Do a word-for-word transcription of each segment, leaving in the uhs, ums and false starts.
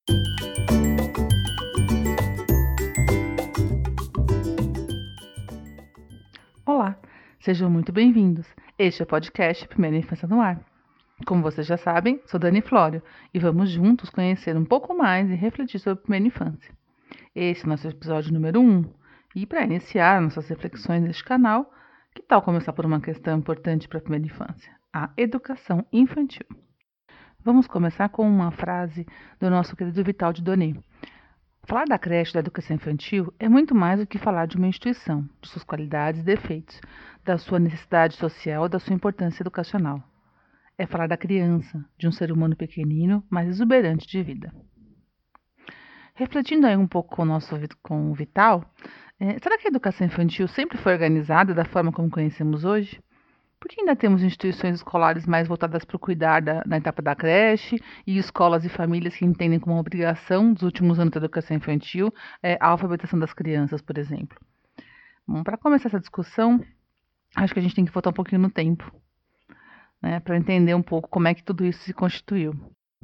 Olá, sejam muito bem-vindos. Este é o podcast Primeira Infância no Ar. Como vocês já sabem, sou Dani Flório e vamos juntos conhecer um pouco mais e refletir sobre a primeira infância. Esse é o nosso episódio número um. E para iniciar nossas reflexões neste canal, que tal começar por uma questão importante para a primeira infância? A educação infantil. Vamos começar com uma frase do nosso querido Vital de Doni. Falar da creche da educação infantil é muito mais do que falar de uma instituição, de suas qualidades e defeitos, da sua necessidade social, da sua importância educacional. É falar da criança, de um ser humano pequenino, mas exuberante de vida. Refletindo aí um pouco com o nosso com o Vital, é, será que a educação infantil sempre foi organizada da forma como conhecemos hoje? Por que ainda temos instituições escolares mais voltadas para o cuidar da, na etapa da creche e escolas e famílias que entendem como obrigação dos últimos anos da educação infantil é, a alfabetização das crianças, por exemplo? Bom, para começar essa discussão, acho que a gente tem que voltar um pouquinho no tempo, né, para entender um pouco como é que tudo isso se constituiu.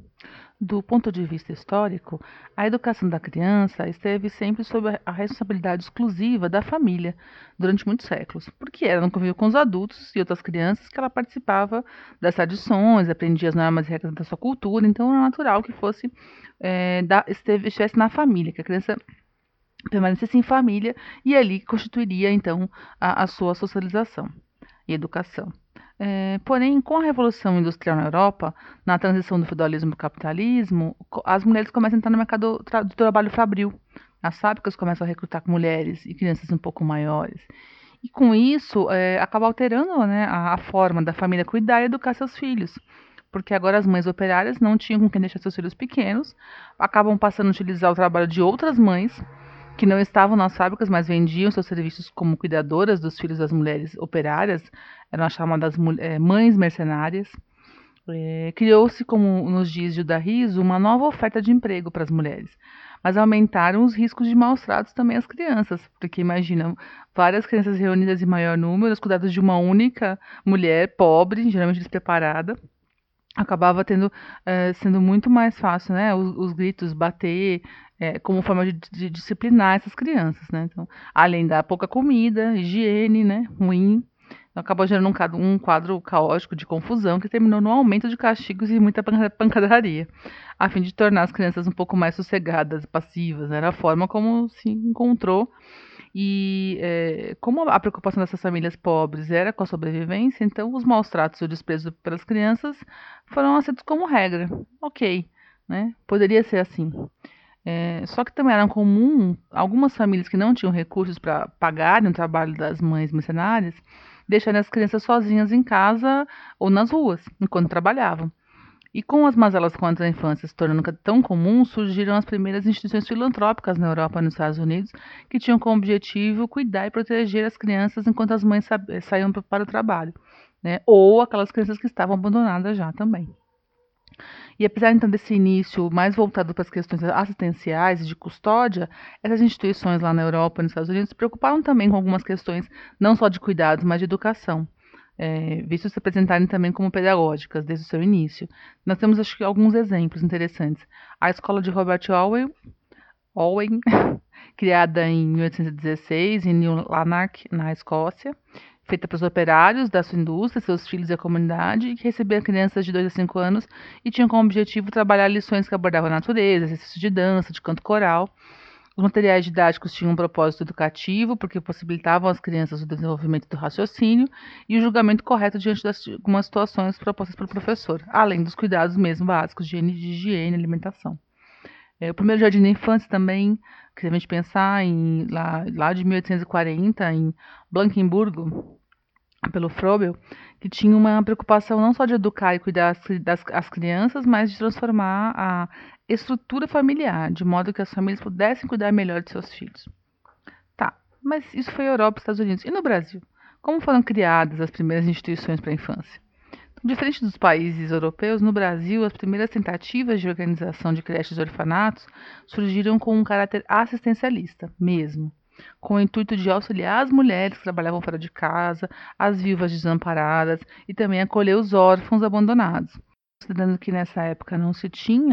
Do ponto de vista histórico, a educação da criança esteve sempre sob a responsabilidade exclusiva da família durante muitos séculos, porque ela não convivia com os adultos e outras crianças que ela participava das tradições, aprendia as normas e regras da sua cultura, então era natural que fosse é, da, esteve, estivesse na família, que a criança permanecesse em família e ali constituiria então a, a sua socialização e educação. É, porém, com a Revolução Industrial na Europa, na transição do feudalismo para o capitalismo, as mulheres começam a entrar no mercado do trabalho fabril. As fábricas começam a recrutar mulheres e crianças um pouco maiores. E com isso, é, acaba alterando, né, a, a forma da família cuidar e educar seus filhos. Porque agora as mães operárias não tinham com quem deixar seus filhos pequenos, acabam passando a utilizar o trabalho de outras mães, que não estavam nas fábricas, mas vendiam seus serviços como cuidadoras dos filhos das mulheres operárias, eram as chamadas é, mães mercenárias. É, criou-se, como nos diz Gilda Riso, uma nova oferta de emprego para as mulheres, mas aumentaram os riscos de maus tratos também às crianças, porque imagina, várias crianças reunidas em maior número, os cuidados de uma única mulher pobre, geralmente despreparada, acabava tendo, eh, sendo muito mais fácil, né, os, os gritos, bater, eh, como forma de, de disciplinar essas crianças, né, então, além da pouca comida, higiene, né, ruim, então, acabou gerando um quadro, um quadro caótico de confusão que terminou no aumento de castigos e muita pancadaria, a fim de tornar as crianças um pouco mais sossegadas, passivas, né, era a forma como se encontrou. E é, como a preocupação dessas famílias pobres era com a sobrevivência, então os maus tratos e o desprezo pelas crianças foram aceitos como regra. Ok, né? Poderia ser assim. É, só que também era comum algumas famílias que não tinham recursos para pagarem o trabalho das mães mercenárias deixarem as crianças sozinhas em casa ou nas ruas, enquanto trabalhavam. E com as mazelas contra a infância se tornando tão comuns, surgiram as primeiras instituições filantrópicas na Europa e nos Estados Unidos, que tinham como objetivo cuidar e proteger as crianças enquanto as mães saíam para o trabalho, né? Ou aquelas crianças que estavam abandonadas já também. E apesar então desse início mais voltado para as questões assistenciais e de custódia, essas instituições lá na Europa e nos Estados Unidos se preocuparam também com algumas questões não só de cuidados, mas de educação. É, vistos se apresentarem também como pedagógicas desde o seu início. Nós temos, acho que, alguns exemplos interessantes. A escola de Robert Owen, Owen criada em mil oitocentos e dezesseis em New Lanark, na Escócia, feita para os operários da sua indústria, seus filhos e a comunidade, e que recebia crianças de dois a cinco anos e tinha como objetivo trabalhar lições que abordavam a natureza, exercícios de dança, de canto coral. Os materiais didáticos tinham um propósito educativo, porque possibilitavam às crianças o desenvolvimento do raciocínio e o julgamento correto diante de algumas situações propostas pelo professor, além dos cuidados mesmo básicos de higiene e alimentação. É, o primeiro jardim da infância também, que se a gente pensar em, lá, lá de mil oitocentos e quarenta, em Blankenburgo, pelo Froebel, que tinha uma preocupação não só de educar e cuidar das, das as crianças, mas de transformar a estrutura familiar, de modo que as famílias pudessem cuidar melhor de seus filhos. Tá, mas isso foi a Europa e Estados Unidos. E no Brasil? Como foram criadas as primeiras instituições para a infância? Então, diferente dos países europeus, no Brasil, as primeiras tentativas de organização de creches e orfanatos surgiram com um caráter assistencialista, mesmo, com o intuito de auxiliar as mulheres que trabalhavam fora de casa, as viúvas desamparadas e também acolher os órfãos abandonados. Considerando que nessa época não se tinha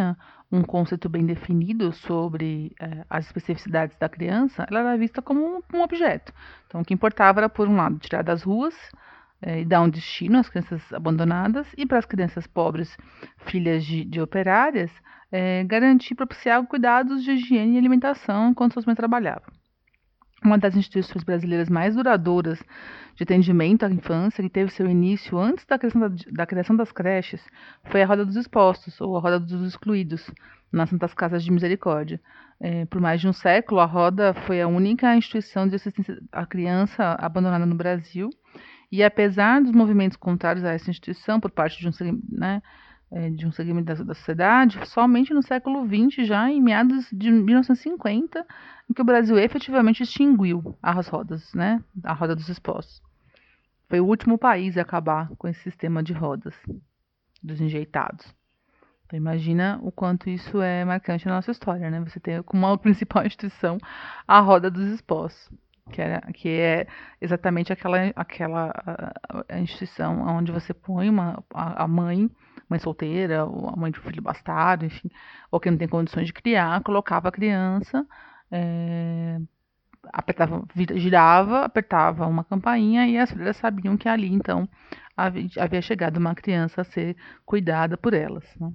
um conceito bem definido sobre eh, as especificidades da criança, ela era vista como um, um objeto. Então, o que importava era, por um lado, tirar das ruas eh, e dar um destino às crianças abandonadas, e para as crianças pobres, filhas de, de operárias, eh, garantir, propiciar cuidados de higiene e alimentação enquanto suas mães trabalhavam. Uma das instituições brasileiras mais duradouras de atendimento à infância, que teve seu início antes da criação, da, da criação das creches, foi a Roda dos Expostos, ou a Roda dos Excluídos, nas Santas Casas de Misericórdia. É, por mais de um século, a Roda foi a única instituição de assistência à criança abandonada no Brasil, e apesar dos movimentos contrários a essa instituição por parte de um, né, de um segmento da, da sociedade, somente no século vinte, já em meados de mil novecentos e cinquenta, em que o Brasil efetivamente extinguiu as rodas, né, a roda dos expostos. Foi o último país a acabar com esse sistema de rodas dos enjeitados. Então imagina o quanto isso é marcante na nossa história, né? Você tem como uma principal instituição a roda dos expostos, que, era, que é exatamente aquela, aquela a, a instituição onde você põe uma, a, a mãe, mãe solteira, ou a mãe de filho bastardo, enfim, ou que não tem condições de criar, colocava a criança, é, apertava, girava, apertava uma campainha e as freiras sabiam que ali, então, havia, havia chegado uma criança a ser cuidada por elas, né?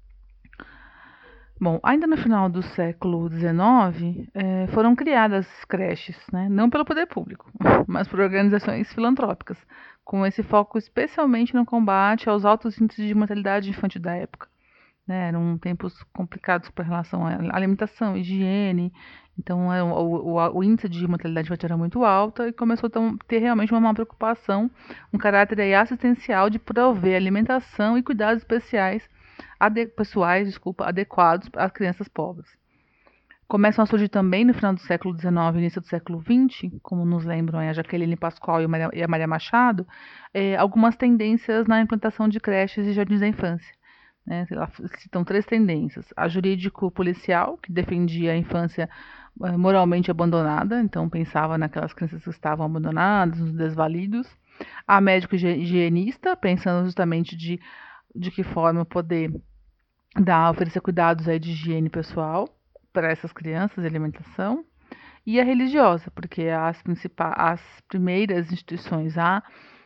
Bom, ainda no final do século dezenove, eh, foram criadas creches, né? Não pelo poder público, mas por organizações filantrópicas, com esse foco especialmente no combate aos altos índices de mortalidade infantil da época, né? Eram tempos complicados com relação à alimentação, higiene, então é, o, o, o índice de mortalidade infantil era muito alto e começou a ter realmente uma, uma preocupação, um caráter aí assistencial de prover alimentação e cuidados especiais ade pessoais, desculpa, adequados às crianças pobres. Começam a surgir também no final do século dezenove e início do século vinte, como nos lembram a Jaqueline Pascoal e a Maria, e a Maria Machado, eh, algumas tendências na implantação de creches e jardins da infância. Né? Citam três tendências: a jurídico-policial, que defendia a infância eh, moralmente abandonada, então pensava naquelas crianças que estavam abandonadas, nos desvalidos; a médico-higienista, pensando justamente de de que forma poder dar, oferecer cuidados aí de higiene pessoal para essas crianças e alimentação; e a religiosa, porque as, as primeiras instituições a,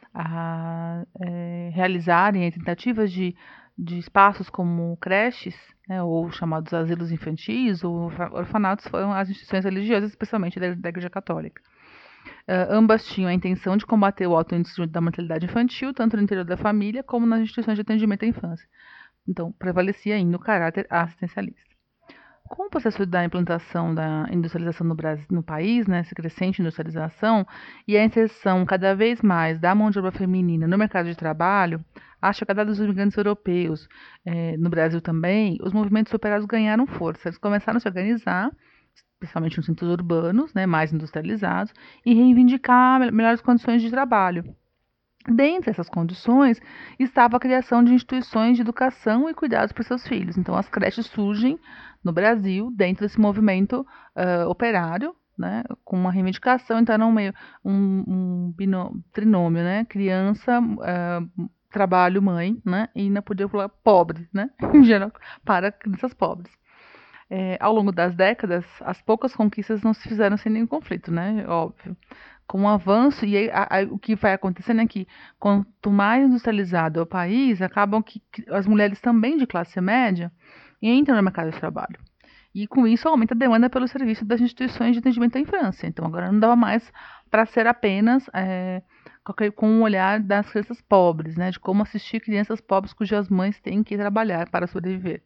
a é, realizarem tentativas de, de espaços como creches, né, ou chamados asilos infantis ou orfanatos, foram as instituições religiosas, especialmente da, da Igreja Católica. Uh, ambas tinham a intenção de combater o alto índice da mortalidade infantil, tanto no interior da família como nas instituições de atendimento à infância. Então, prevalecia ainda o caráter assistencialista. Com o processo da implantação da industrialização no, Brasil, no país, né, essa crescente industrialização, e a inserção cada vez mais da mão de obra feminina no mercado de trabalho, a chegada dos imigrantes europeus eh, no Brasil também, os movimentos operários ganharam força. Eles começaram a se organizar, especialmente nos centros urbanos, né, mais industrializados, e reivindicar melhores condições de trabalho. Dentre essas condições estava a criação de instituições de educação e cuidados para seus filhos. Então, as creches surgem no Brasil dentro desse movimento uh, operário, né, com uma reivindicação. Então, era um, meio, um, um binômio, trinômio, né, criança, uh, trabalho, mãe, né, e ainda podia falar pobre, né, em geral, para crianças pobres. É, ao longo das décadas, as poucas conquistas não se fizeram sem nenhum conflito, né? Óbvio. Com o avanço, e aí, a, a, o que vai acontecendo é que, quanto mais industrializado é o país, acabam que, que as mulheres também de classe média entram no mercado de trabalho. E com isso aumenta a demanda pelo serviço das instituições de atendimento à infância. Então agora não dava mais para ser apenas é, com o olhar das crianças pobres, né? De como assistir crianças pobres cujas mães têm que trabalhar para sobreviver.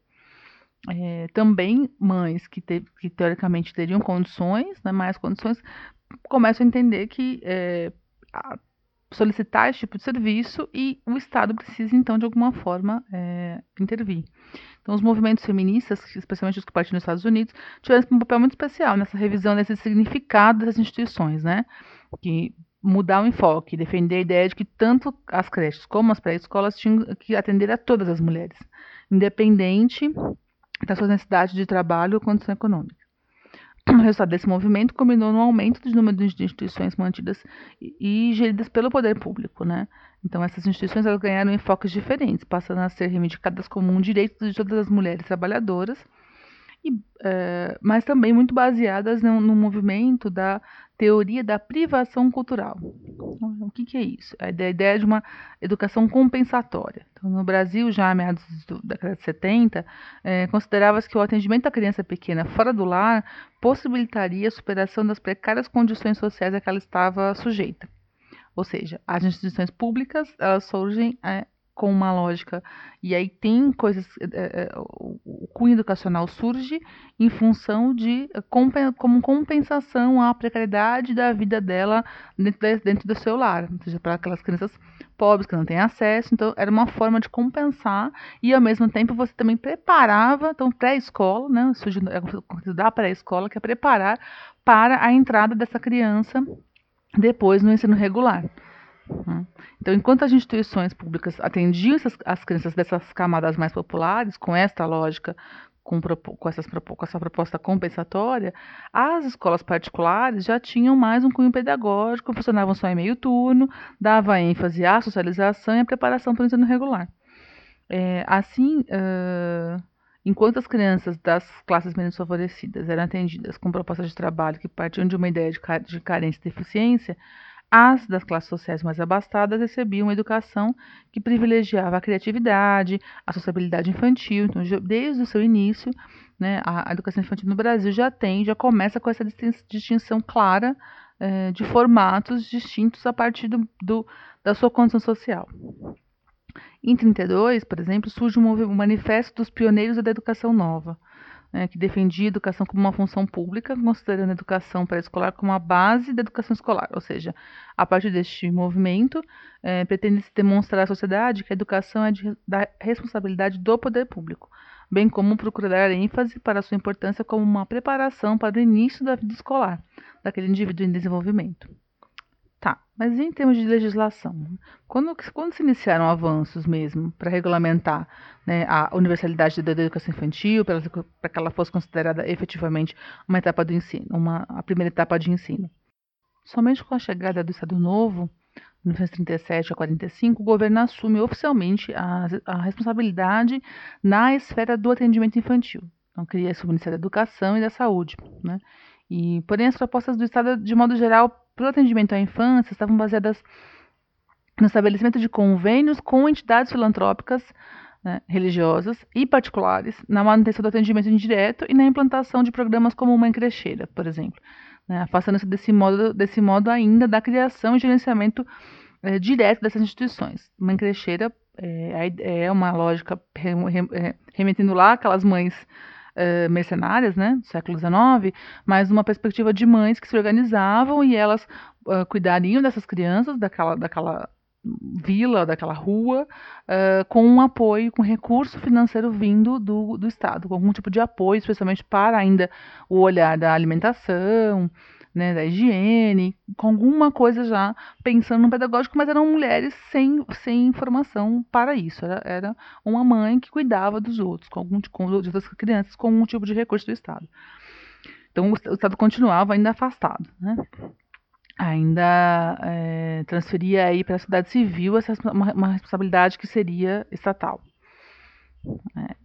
É, também mães que, te, que teoricamente teriam condições, né, mais condições, começam a entender que é, a solicitar esse tipo de serviço e o Estado precisa, então, de alguma forma, é, intervir. Então, os movimentos feministas, especialmente os que partem nos Estados Unidos, tiveram um papel muito especial nessa revisão desse significado das instituições, né, que mudar o enfoque, defender a ideia de que tanto as creches como as pré-escolas tinham que atender a todas as mulheres, independente da sua necessidade de trabalho ou condição econômica. O resultado desse movimento culminou no aumento do número de instituições mantidas e, e geridas pelo poder público, né? Então, essas instituições elas ganharam enfoques diferentes, passando a ser reivindicadas como um direito de todas as mulheres trabalhadoras, e, eh, mas também muito baseadas no, no movimento da teoria da privação cultural. O que, que é isso? A ideia, a ideia de uma educação compensatória. Então, no Brasil, já a meados do- da década de setenta, eh, considerava-se que o atendimento à criança pequena fora do lar possibilitaria a superação das precárias condições sociais a que ela estava sujeita. Ou seja, as instituições públicas, elas surgem é, com uma lógica, e aí tem coisas, é, é, o, o cunho educacional surge em função de, é, compen- como compensação à precariedade da vida dela dentro, da- dentro do seu lar, ou seja, para aquelas crianças pobres que não têm acesso, então era uma forma de compensar e ao mesmo tempo você também preparava, então pré-escola, né, surge é o conceito da pré-escola, que é preparar para a entrada dessa criança depois no ensino regular. Né? Então, enquanto as instituições públicas atendiam essas, as crianças dessas camadas mais populares, com esta lógica, com, com, essas, com essa proposta compensatória, as escolas particulares já tinham mais um cunho pedagógico, funcionavam só em meio turno, dava ênfase à socialização e à preparação para o ensino regular. É, assim, uh, enquanto as crianças das classes menos favorecidas eram atendidas com propostas de trabalho que partiam de uma ideia de, de carência e deficiência, as das classes sociais mais abastadas recebiam uma educação que privilegiava a criatividade, a sociabilidade infantil. Então, desde o seu início, né, a, a educação infantil no Brasil já tem, já começa com essa distinção clara eh, de formatos distintos a partir do, do, da sua condição social. Em trinta e dois, por exemplo, surge um manifesto dos pioneiros da educação nova, né, que defendia a educação como uma função pública, considerando a educação pré-escolar como a base da educação escolar. Ou seja, a partir deste movimento, eh, pretende-se demonstrar à sociedade que a educação é de, da responsabilidade do poder público, bem como procurar dar ênfase para a sua importância como uma preparação para o início da vida escolar, daquele indivíduo em desenvolvimento. Tá, mas em termos de legislação, quando, quando se iniciaram avanços mesmo para regulamentar, né, a universalidade da educação infantil, para que ela fosse considerada efetivamente uma etapa do ensino, uma, a primeira etapa de ensino? Somente com a chegada do Estado Novo, em mil novecentos e trinta e sete a quarenta e cinco, o governo assume oficialmente a, a responsabilidade na esfera do atendimento infantil. Então, cria-se o Ministério da Educação e da Saúde, né? E, porém, as propostas do Estado, de modo geral, para o atendimento à infância, estavam baseadas no estabelecimento de convênios com entidades filantrópicas, né, religiosas e particulares, na manutenção do atendimento indireto e na implantação de programas como Mãe Crecheira, por exemplo, né, afastando-se desse modo, desse modo ainda da criação e gerenciamento é, direto dessas instituições. Mãe Crecheira é, é uma lógica remetendo lá aquelas mães Uh, mercenárias, né, do século dezenove, mas uma perspectiva de mães que se organizavam e elas uh, cuidariam dessas crianças, daquela, daquela vila, daquela rua, uh, com um apoio, com recurso financeiro vindo do, do Estado, com algum tipo de apoio, especialmente para ainda o olhar da alimentação, né, da higiene, com alguma coisa já pensando no pedagógico, mas eram mulheres sem, sem informação para isso. Era, era uma mãe que cuidava dos outros, com algum com, de outras crianças, com algum tipo de recurso do Estado. Então o, o Estado continuava ainda afastado, né? Ainda é, transferia aí para a sociedade civil essa, uma, uma responsabilidade que seria estatal. É.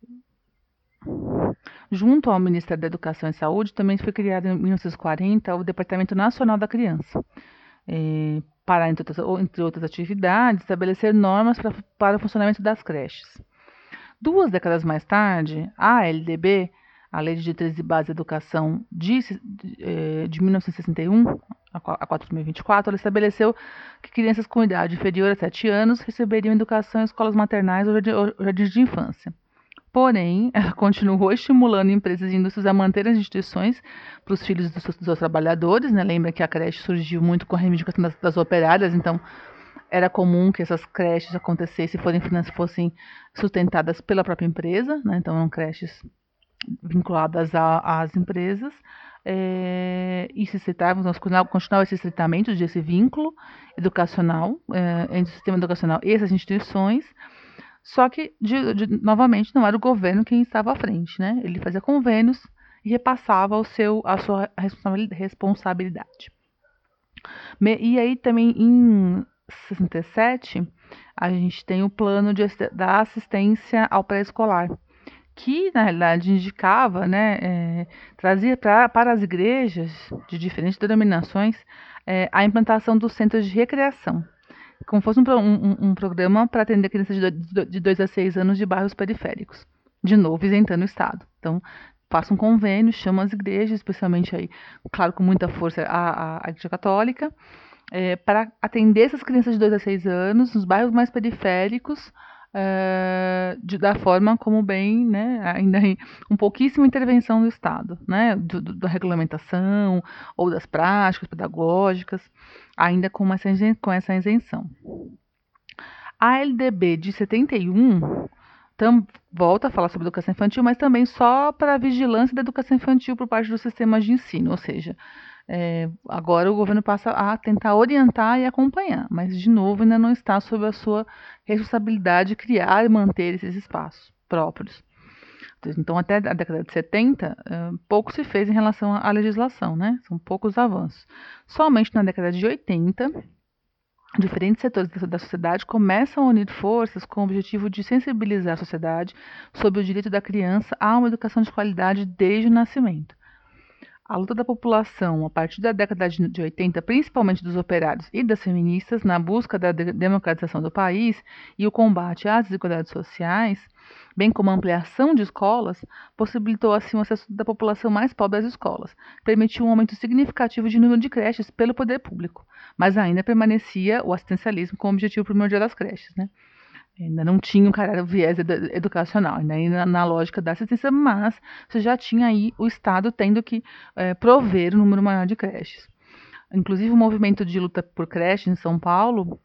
Junto ao Ministério da Educação e Saúde, também foi criado em mil novecentos e quarenta o Departamento Nacional da Criança, é, para, entre outras, entre outras atividades, estabelecer normas pra, para o funcionamento das creches. Duas décadas mais tarde, a L D B, a Lei de Diretrizes e Bases de Educação de, de, de mil novecentos e sessenta e um a quatro mil e vinte e quatro, ela estabeleceu que crianças com idade inferior a sete anos receberiam educação em escolas maternais ou jardins de infância. Porém, ela continuou estimulando empresas e indústrias a manter as instituições para os filhos dos seus, dos seus trabalhadores, né? Lembra que a creche surgiu muito com a reivindicação das, das operárias, então era comum que essas creches acontecessem, fossem, fossem sustentadas pela própria empresa, né? Então eram creches vinculadas a, às empresas, é, e se citavam, nós continuava esse estreitamento desse vínculo educacional é, entre o sistema educacional e essas instituições. Só que, de, de, novamente, não era o governo quem estava à frente, né? Ele fazia convênios e repassava o seu, a sua responsabilidade. E aí também, em sessenta e sete, a gente tem o plano de, da assistência ao pré-escolar, que na realidade indicava, né, é, trazia pra, para as igrejas de diferentes denominações é, a implantação dos centros de recreação, como fosse um, pro- um- um- um programa para atender crianças de do- de dois a seis anos de bairros periféricos, de novo isentando o Estado. Então, faça um convênio, chama as igrejas, especialmente aí, claro, com muita força a, a, a Igreja Católica, é, para atender essas crianças de dois a seis anos, nos bairros mais periféricos, é, de- da forma como bem, né, ainda em um pouquíssima intervenção do Estado, né, do- do- da regulamentação ou das práticas pedagógicas, ainda com essa, isen- com essa isenção. A L D B de setenta e um tam, volta a falar sobre educação infantil, mas também só para a vigilância da educação infantil por parte dos sistemas de ensino, ou seja, é, agora o governo passa a tentar orientar e acompanhar, mas de novo ainda não está sob a sua responsabilidade de criar e manter esses espaços próprios. Então, até a década de setenta, eh, pouco se fez em relação à legislação, né? São poucos avanços. Somente na década de oitenta, diferentes setores da da sociedade começam a unir forças com o objetivo de sensibilizar a sociedade sobre o direito da criança a uma educação de qualidade desde o nascimento. A luta da população, a partir da década de de oitenta, principalmente dos operários e das feministas, na busca da de- democratização do país e o combate às desigualdades sociais, bem como a ampliação de escolas, possibilitou assim o acesso da população mais pobre às escolas, permitiu um aumento significativo de número de creches pelo poder público, mas ainda permanecia o assistencialismo como objetivo primordial das creches, né? Ainda não tinha um caráter viés edu- educacional, ainda ainda na lógica da assistência, mas você já tinha aí o Estado tendo que eh, prover um número maior de creches. Inclusive, o movimento de luta por creche em São Paulo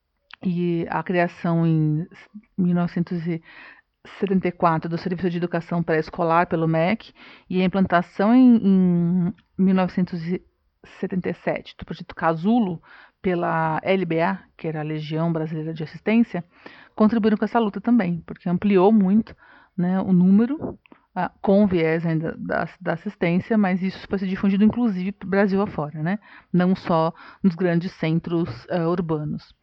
e a criação em mil novecentos e setenta e quatro do Serviço de Educação Pré-Escolar pelo M E C e a implantação em, em mil novecentos e setenta e sete do projeto Casulo pela L B A, que era a Legião Brasileira de Assistência, contribuíram com essa luta também, porque ampliou muito, né, o número, ah, com viés ainda da, da assistência, mas isso foi se difundido inclusive para o Brasil afora, né? Não só nos grandes centros ah, urbanos.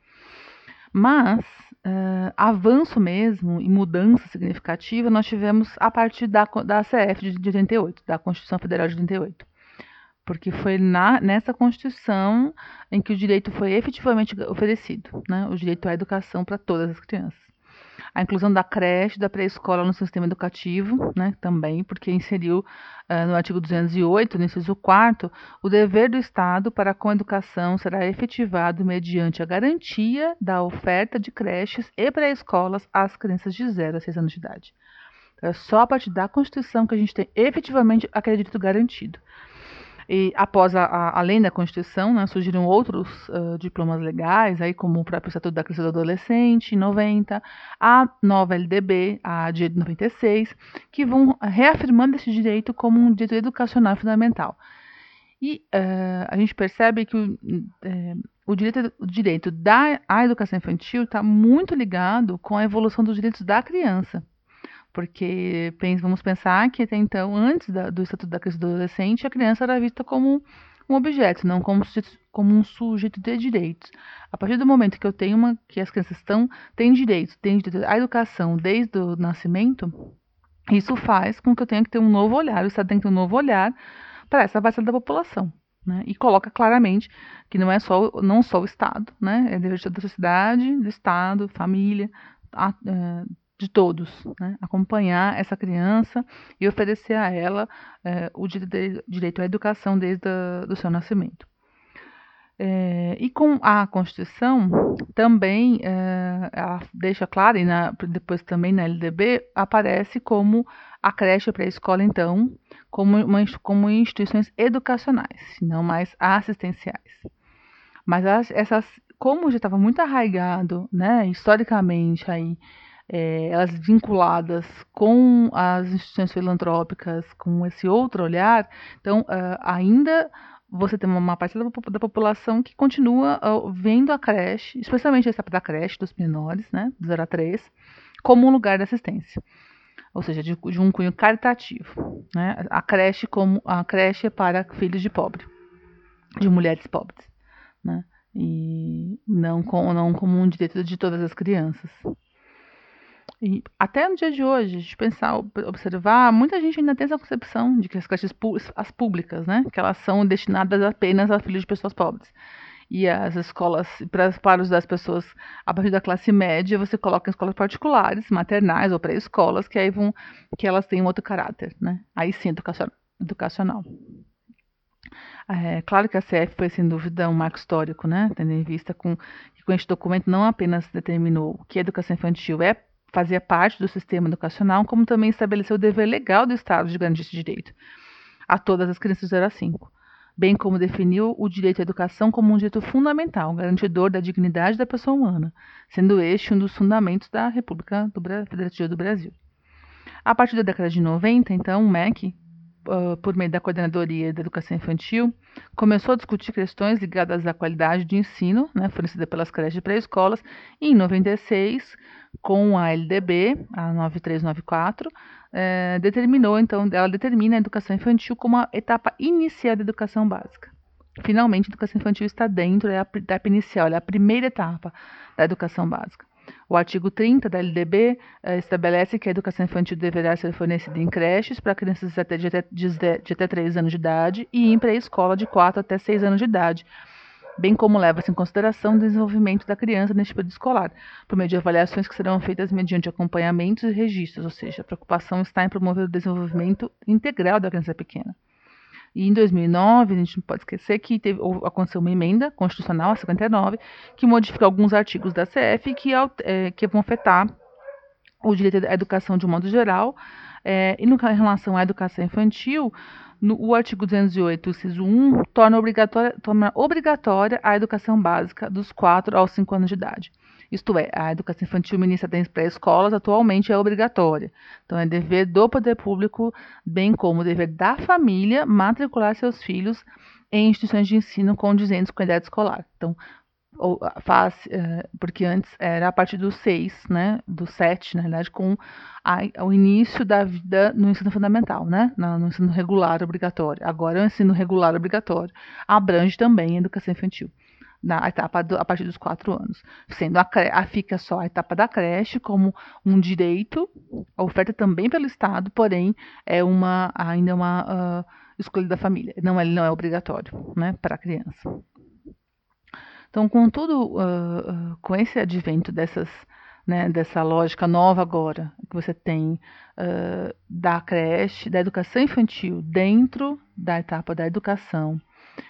Mas eh, avanço mesmo e mudança significativa nós tivemos a partir da, co- da C F de, de oitenta e oito, da Constituição Federal de oitenta e oito. Porque foi na, nessa Constituição em que o direito foi efetivamente oferecido, né? O direito à educação para todas as crianças. A inclusão da creche, da pré-escola no sistema educativo, né, também, porque inseriu uh, no artigo duzentos e oito, no inciso quarto, o dever do Estado para com a educação será efetivado mediante a garantia da oferta de creches e pré-escolas às crianças de zero a seis anos de idade. É só a partir da Constituição que a gente tem efetivamente aquele direito garantido. E após a, a, além da Constituição, né, surgiram outros uh, diplomas legais, aí como o próprio Estatuto da Criança e do Adolescente, em noventa, a nova L D B, a de noventa e seis, que vão reafirmando esse direito como um direito educacional fundamental. E uh, a gente percebe que o, uh, o, direito, o direito da à educação infantil está muito ligado com a evolução dos direitos da criança. Porque vamos pensar que até então, antes da, do Estatuto da Criança e do Adolescente, a criança era vista como um objeto, não como, sujeito, como um sujeito de direitos. A partir do momento que eu tenho uma, que as crianças estão, têm direitos, têm direito à educação desde o nascimento, isso faz com que eu tenha que ter um novo olhar, o Estado tem que ter um novo olhar para essa parcela da população. Né? E coloca claramente que não é só, não só o Estado, né? É dever da sociedade, do Estado, família, a, é, de todos, né? Acompanhar essa criança e oferecer a ela é, o direito à educação desde o seu nascimento. É, e com a Constituição, também é, ela deixa claro, e na, depois também na L D B, aparece como a creche pré-escola, então, como, uma, como instituições educacionais, não mais assistenciais. Mas as, essas, como já estava muito arraigado, né, historicamente, aí, é, elas vinculadas com as instituições filantrópicas, com esse outro olhar, então, uh, ainda você tem uma parcela da, da população que continua uh, vendo a creche, especialmente essa da creche dos menores, né, do zero a três, como um lugar de assistência, ou seja, de, de um cunho caritativo, né, a creche como a creche é para filhos de pobre, de mulheres pobres, né, e não, com, não como um direito de todas as crianças. E até no dia de hoje, a gente pensar, observar, muita gente ainda tem essa concepção de que as creches as públicas, né, que elas são destinadas apenas a filhos de pessoas pobres. E as escolas, para, para os das pessoas a partir da classe média, você coloca em escolas particulares, maternais ou pré-escolas, que aí vão, que elas têm um outro caráter, né? Aí sim, educacional. educacional. É claro que a C F foi, sem dúvida, um marco histórico, né? Tendo em vista com, que com este documento não apenas determinou que a educação infantil é, fazia parte do sistema educacional, como também estabeleceu o dever legal do Estado de garantir esse direito a todas as crianças de zero a cinco, bem como definiu o direito à educação como um direito fundamental, garantidor da dignidade da pessoa humana, sendo este um dos fundamentos da República do Bra- Federativa do Brasil. A partir da década de noventa, então, o M E C, uh, por meio da Coordenadoria da Educação Infantil, começou a discutir questões ligadas à qualidade de ensino, né, fornecida pelas creches e pré-escolas, e em noventa e seis, com a L D B, a nove três nove quatro, eh, determinou, então, ela determina a educação infantil como a etapa inicial da educação básica. Finalmente, a educação infantil está dentro da etapa inicial, ela é a primeira etapa da educação básica. O artigo trinta da L D B eh, estabelece que a educação infantil deverá ser fornecida em creches para crianças de até, de, até, de até três anos de idade e em pré-escola de quatro até seis anos de idade, bem como leva-se em consideração o desenvolvimento da criança neste período escolar, por meio de avaliações que serão feitas mediante acompanhamentos e registros, ou seja, a preocupação está em promover o desenvolvimento integral da criança pequena. E em dois mil e nove, a gente não pode esquecer que teve, aconteceu uma emenda constitucional, a cinquenta e nove, que modifica alguns artigos da C F que, é, que vão afetar o direito à educação de um modo geral. É, e no, em relação à educação infantil, no, o artigo duzentos e oito, inciso um, torna obrigatória, torna obrigatória a educação básica dos quatro aos cinco anos de idade. Isto é, a educação infantil ministrada em pré-escolas atualmente é obrigatória. Então, é dever do poder público, bem como dever da família, matricular seus filhos em instituições de ensino condizentes com a idade escolar. Então, ou, faz, porque antes era a partir dos seis, né, do sete, na realidade, com a, o início da vida no ensino fundamental, né, no, no ensino regular obrigatório. Agora, o ensino regular obrigatório abrange também a educação infantil, na etapa do, a partir dos quatro anos, sendo a, a fica só a etapa da creche como um direito, oferta também pelo Estado, porém é uma ainda uma uh, escolha da família, não, ele não é obrigatório, né, para a criança. Então, com tudo, uh, uh, com esse advento dessas, né, dessa lógica nova agora, que você tem uh, da creche, da educação infantil dentro da etapa da educação,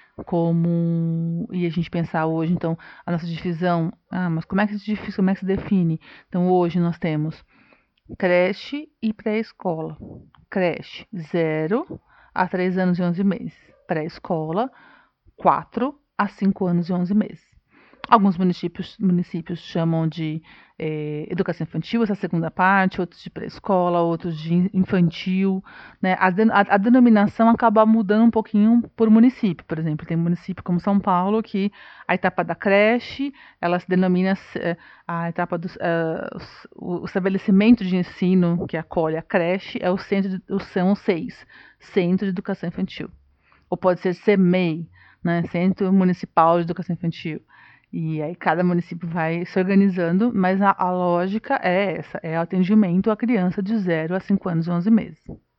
como, e a gente pensar hoje, então, a nossa divisão, ah, mas como é que se, como é que se define? Então, hoje nós temos creche e pré-escola. Creche, zero a três anos e onze meses. Pré-escola, quatro a cinco anos e onze meses. Alguns municípios, municípios chamam de eh, educação infantil, essa segunda parte, outros de pré-escola, outros de infantil, né? A, a, a denominação acaba mudando um pouquinho por município. Por exemplo, tem um município como São Paulo que a etapa da creche, ela se denomina eh, a etapa do uh, o estabelecimento de ensino que acolhe a creche é o centro, de, são os seis, Centro de Educação Infantil. Ou pode ser CEMEI, né? Centro Municipal de Educação Infantil. E aí cada município vai se organizando, mas a, a lógica é essa, é o atendimento à criança de zero a cinco anos e onze meses.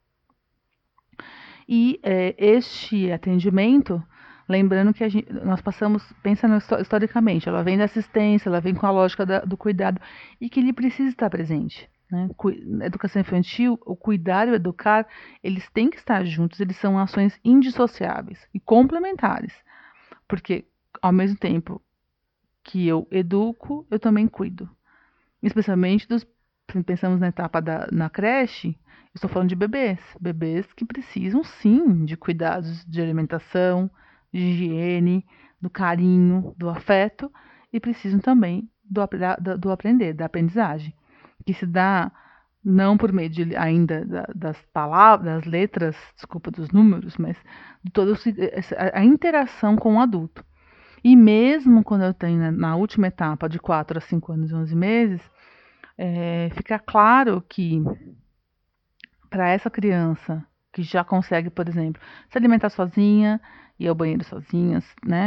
E é, este atendimento, lembrando que a gente, nós passamos, pensando historicamente, ela vem da assistência, ela vem com a lógica da, do cuidado, e que ele precisa estar presente. Né? Na educação infantil, o cuidar e o educar, eles têm que estar juntos, eles são ações indissociáveis e complementares, porque, ao mesmo tempo que eu educo, eu também cuido. Especialmente dos, pensamos na etapa da na creche, estou falando de bebês, bebês que precisam sim de cuidados de alimentação, de higiene, do carinho, do afeto e precisam também do, do, do aprender, da aprendizagem, que se dá não por meio de, ainda da, das palavras, das letras, desculpa, dos números, mas de toda a, a interação com o adulto. E mesmo quando eu tenho na, na última etapa, de quatro a cinco anos e onze meses, é, fica claro que para essa criança que já consegue, por exemplo, se alimentar sozinha, ir ao banheiro sozinha, né,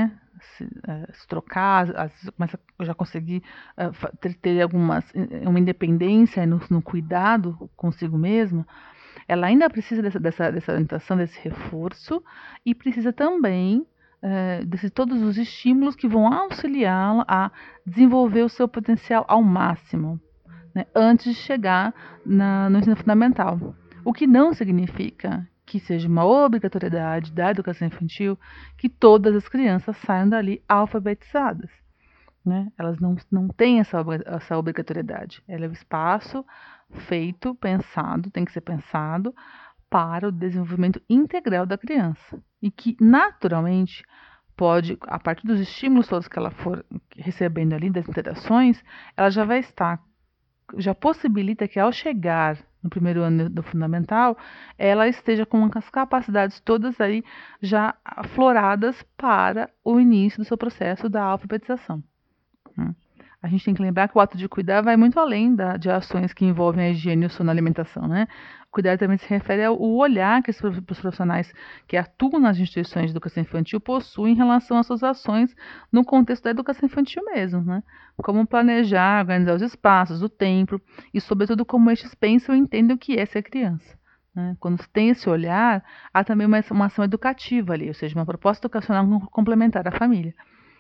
se, eh, se trocar, às vezes começa a já conseguir eh, fa- ter, ter algumas, eh, uma independência no, no cuidado consigo mesma, ela ainda precisa dessa, dessa, dessa orientação, desse reforço, e precisa também eh, de todos os estímulos que vão auxiliá-la a desenvolver o seu potencial ao máximo, né, antes de chegar na, no ensino fundamental. O que não significa que seja uma obrigatoriedade da educação infantil que todas as crianças saiam dali alfabetizadas. Né? Elas não, não têm essa, essa obrigatoriedade. Ela é o espaço feito, pensado, tem que ser pensado para o desenvolvimento integral da criança. E que, naturalmente, pode, a partir dos estímulos todos que ela for recebendo ali, das interações, ela já vai estar, já possibilita que ao chegar no primeiro ano do fundamental, ela esteja com as capacidades todas aí já afloradas para o início do seu processo da alfabetização. Né? A gente tem que lembrar que o ato de cuidar vai muito além da, de ações que envolvem a higiene e o sono e a alimentação, né? Cuidar também se refere ao olhar que os profissionais que atuam nas instituições de educação infantil possuem em relação às suas ações no contexto da educação infantil mesmo, né? Como planejar, organizar os espaços, o tempo e, sobretudo, como estes pensam e entendem o que é ser criança. Né? Quando se tem esse olhar, há também uma, uma ação educativa ali, ou seja, uma proposta educacional complementar à família.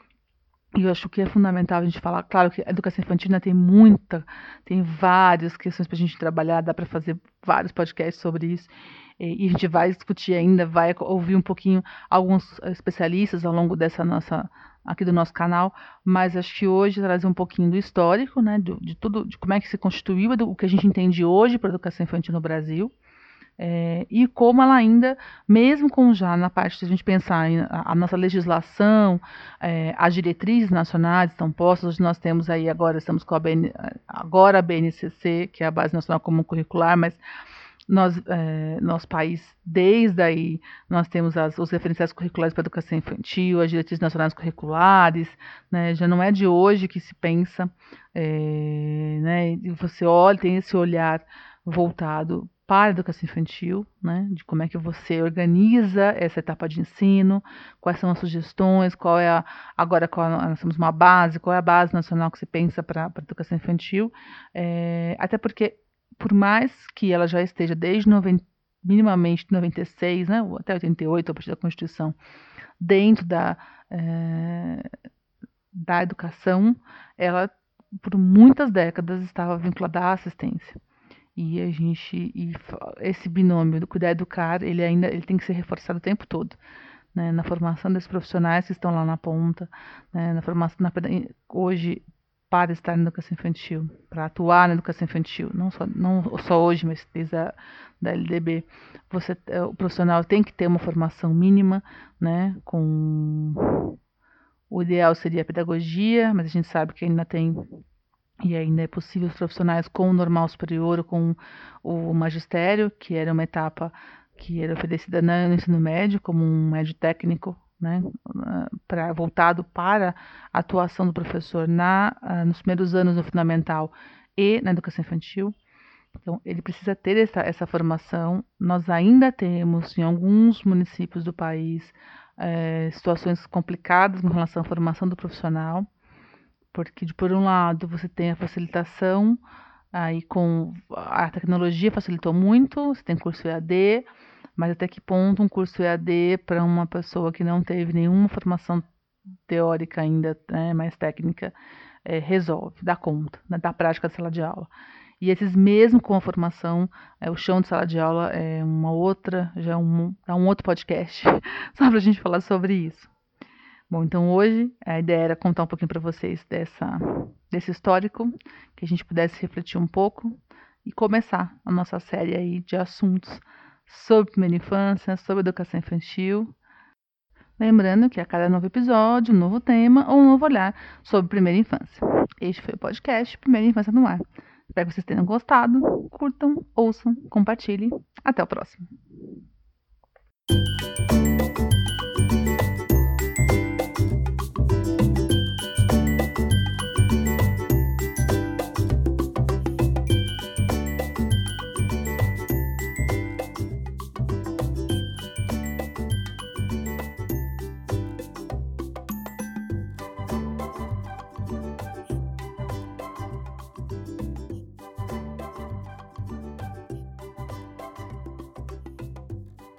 E eu acho que é fundamental a gente falar, claro que a educação infantil ainda tem muita, tem várias questões para a gente trabalhar, dá para fazer vários podcasts sobre isso, e, e a gente vai discutir ainda, vai ouvir um pouquinho alguns especialistas ao longo dessa nossa, aqui do nosso canal, mas acho que hoje trazer um pouquinho do histórico, né, de, de tudo, de como é que se constituiu o que a gente entende hoje para a educação infantil no Brasil. É, e como ela ainda, mesmo com já na parte de a gente pensar em a, a nossa legislação, é, as diretrizes nacionais estão postas, hoje nós temos aí agora, estamos com a B N, agora a B N C C, que é a Base Nacional Comum Curricular, mas nós, é, nosso país, desde aí, nós temos as, os referenciais curriculares para a educação infantil, as diretrizes nacionais curriculares, né, já não é de hoje que se pensa, é, né, e você olha, tem esse olhar voltado para a educação infantil, né, de como é que você organiza essa etapa de ensino, quais são as sugestões, qual é a, agora qual, nós temos uma base, qual é a base nacional que se pensa para a educação infantil, é, até porque, por mais que ela já esteja desde noventa, minimamente noventa e seis, né, ou até oitenta e oito, a partir da Constituição, dentro da, é, da educação, ela, por muitas décadas, estava vinculada à assistência. E a gente, e esse binômio do cuidar e educar, ele ainda ele tem que ser reforçado o tempo todo, né? Na formação desses profissionais que estão lá na ponta, né? Na formação, na, hoje, para estar na educação infantil, para atuar na educação infantil, não só, não só hoje, mas desde a da L D B, você, o profissional tem que ter uma formação mínima, né? Com o ideal seria a pedagogia, mas a gente sabe que ainda tem e ainda é possível os profissionais com o normal superior ou com o magistério, que era uma etapa que era oferecida no ensino médio, como um médio técnico, né, pra, voltado para a atuação do professor na, nos primeiros anos do fundamental e na educação infantil. Então, ele precisa ter essa, essa formação. Nós ainda temos, em alguns municípios do país, é, situações complicadas com relação à formação do profissional, porque, por um lado, você tem a facilitação, aí com a tecnologia facilitou muito, você tem curso E A D, mas até que ponto um curso E A D para uma pessoa que não teve nenhuma formação teórica ainda, né, mais técnica, é, resolve, dá conta, né, da prática da sala de aula. E esses mesmo com a formação, é, o chão de sala de aula é uma outra, já é um, é um outro podcast, só para a gente falar sobre isso. Bom, então hoje a ideia era contar um pouquinho para vocês dessa, desse histórico, que a gente pudesse refletir um pouco e começar a nossa série aí de assuntos sobre primeira infância, sobre educação infantil. Lembrando que a cada novo episódio, um novo tema ou um novo olhar sobre primeira infância. Este foi o podcast Primeira Infância no Ar. Espero que vocês tenham gostado, curtam, ouçam, compartilhem. Até o próximo.